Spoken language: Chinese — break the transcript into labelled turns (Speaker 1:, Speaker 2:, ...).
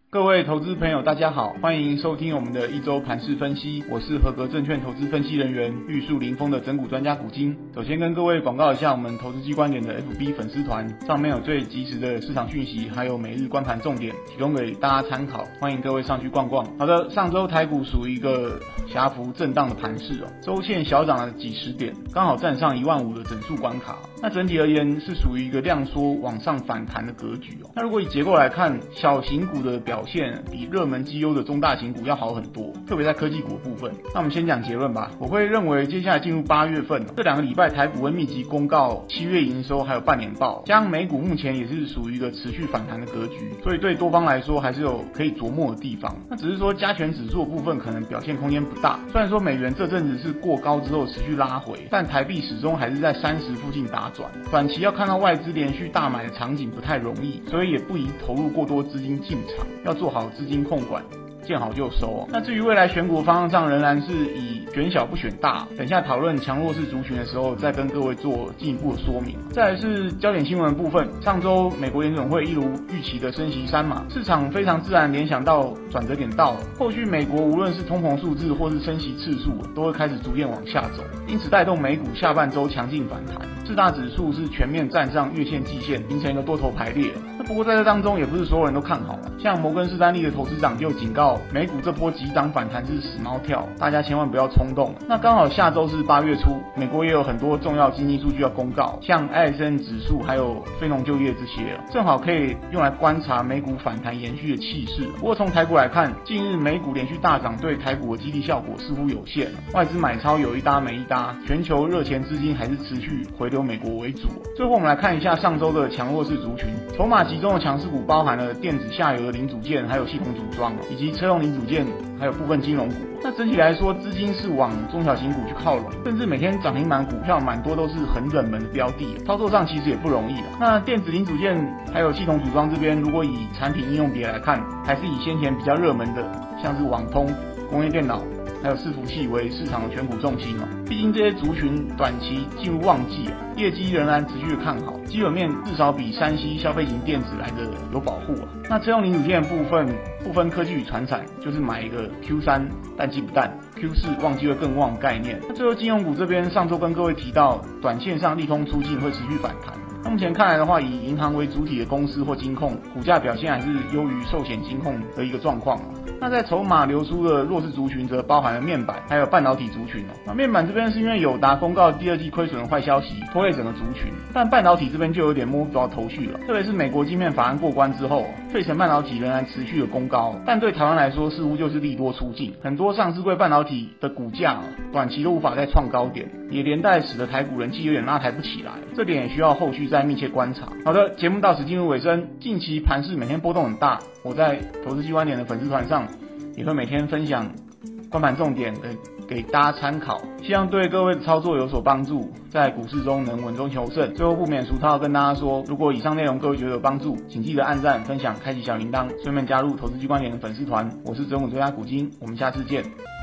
Speaker 1: 各位投资朋友大家好，欢迎收听我们的一周盘势分析，我是合格证券投资分析人员玉树临风的整股专家古今。首先跟各位广告一下我们投资机观点的 FB 粉丝团，上面有最及时的市场讯息，还有每日观盘重点，提供给大家参考，欢迎各位上去逛逛。好的，上周台股属于一个狭幅震荡的盘势周线小涨了几十点，刚好站上15000的整数关卡。那整体而言是属于一个量缩往上反弹的格局那如果以结构来看，小型股的表现比热门绩优的中大型股要好很多，特别在科技股的部分。那我们先讲结论吧。我会认为接下来进入8月份这2个礼拜台股会密集公告7月营收还有半年报，加上美股目前也是属于一个持续反弹的格局，所以对多方来说还是有可以琢磨的地方。那只是说加权指数的部分可能表现空间不大，虽然说美元这阵子是过高之后持续拉回，但台币始终还是在30附近打转，短期要看到外资连续大买的场景不太容易，所以也不宜投入过多资金进场，要做好资金控管，见好就收那至于未来选股方向上，仍然是以选小不选大，等下讨论强弱势族群的时候再跟各位做进一步的说明。再来是焦点新闻的部分，上周美国联准会一如预期的升息3码，市场非常自然联想到转折点到了，后续美国无论是通膨数字或是升息次数都会开始逐渐往下走，因此带动美股下半周强劲反弹，四大指数是全面站上月线季线，形成一个多头排列。不过在这当中也不是所有人都看好像摩根士丹利的投资长就警告，美股这波急涨反弹是死猫跳，大家千万不要冲动。那刚好下周是8月初，美国也有很多重要经济数据要公告，像 ISM 指数还有非农就业这些正好可以用来观察美股反弹延续的气势。不过从台股来看，近日美股连续大涨对台股的激励效果似乎有限，外资买超有一搭没一搭，全球热钱资金还是持续回流美国为主。最后我们来看一下上周的强弱势族群，筹码集中的强势股包含了电子下游的零组件，还有系统组装，以及车用零组件，还有部分金融股。那整体来说，资金是往中小型股去靠拢，甚至每天涨停板股票蛮多都是很冷门的标的，操作上其实也不容易那电子零组件还有系统组装这边，如果以产品应用别来看，还是以先前比较热门的，像是网通、工业电脑还有伺服器为市场的选股重心毕竟这些族群短期进入旺季业绩仍然持续的看好，基本面至少比3C 消费型电子来的有保护那车用零组件的部分不分科技与传产，就是买一个 Q3 淡季不淡， Q4 旺季会更旺概念。那最后金融股这边，上周跟各位提到，短线上利空出尽会持续反弹。那目前看来的话，以银行为主体的公司或金控，股价表现还是优于寿险金控的一个状况那在筹码流出的弱势族群，则包含了面板还有半导体族群那面板这边是因为友达公告第2季亏损的坏消息拖累整个族群，但半导体这边就有点摸不着头绪了。特别是美国晶片法案过关之后，费城半导体仍然持续的攻高，但对台湾来说似乎就是利多出尽，很多上市柜半导体的股价短期都无法再创高点，也连带使得台股人气有点拉抬不起来，这点也需要后续再密切观察。好的，节目到此进入尾声。近期盘势每天波动很大，我在投资机观点的粉丝团上也会每天分享观盘重点给大家参考，希望对各位的操作有所帮助，在股市中能稳中求胜。最后不免俗套跟大家说，如果以上内容各位觉得有帮助，请记得按赞、分享、开启小铃铛，顺便加入投资机观点的粉丝团。我是整股专家古今，我们下次见。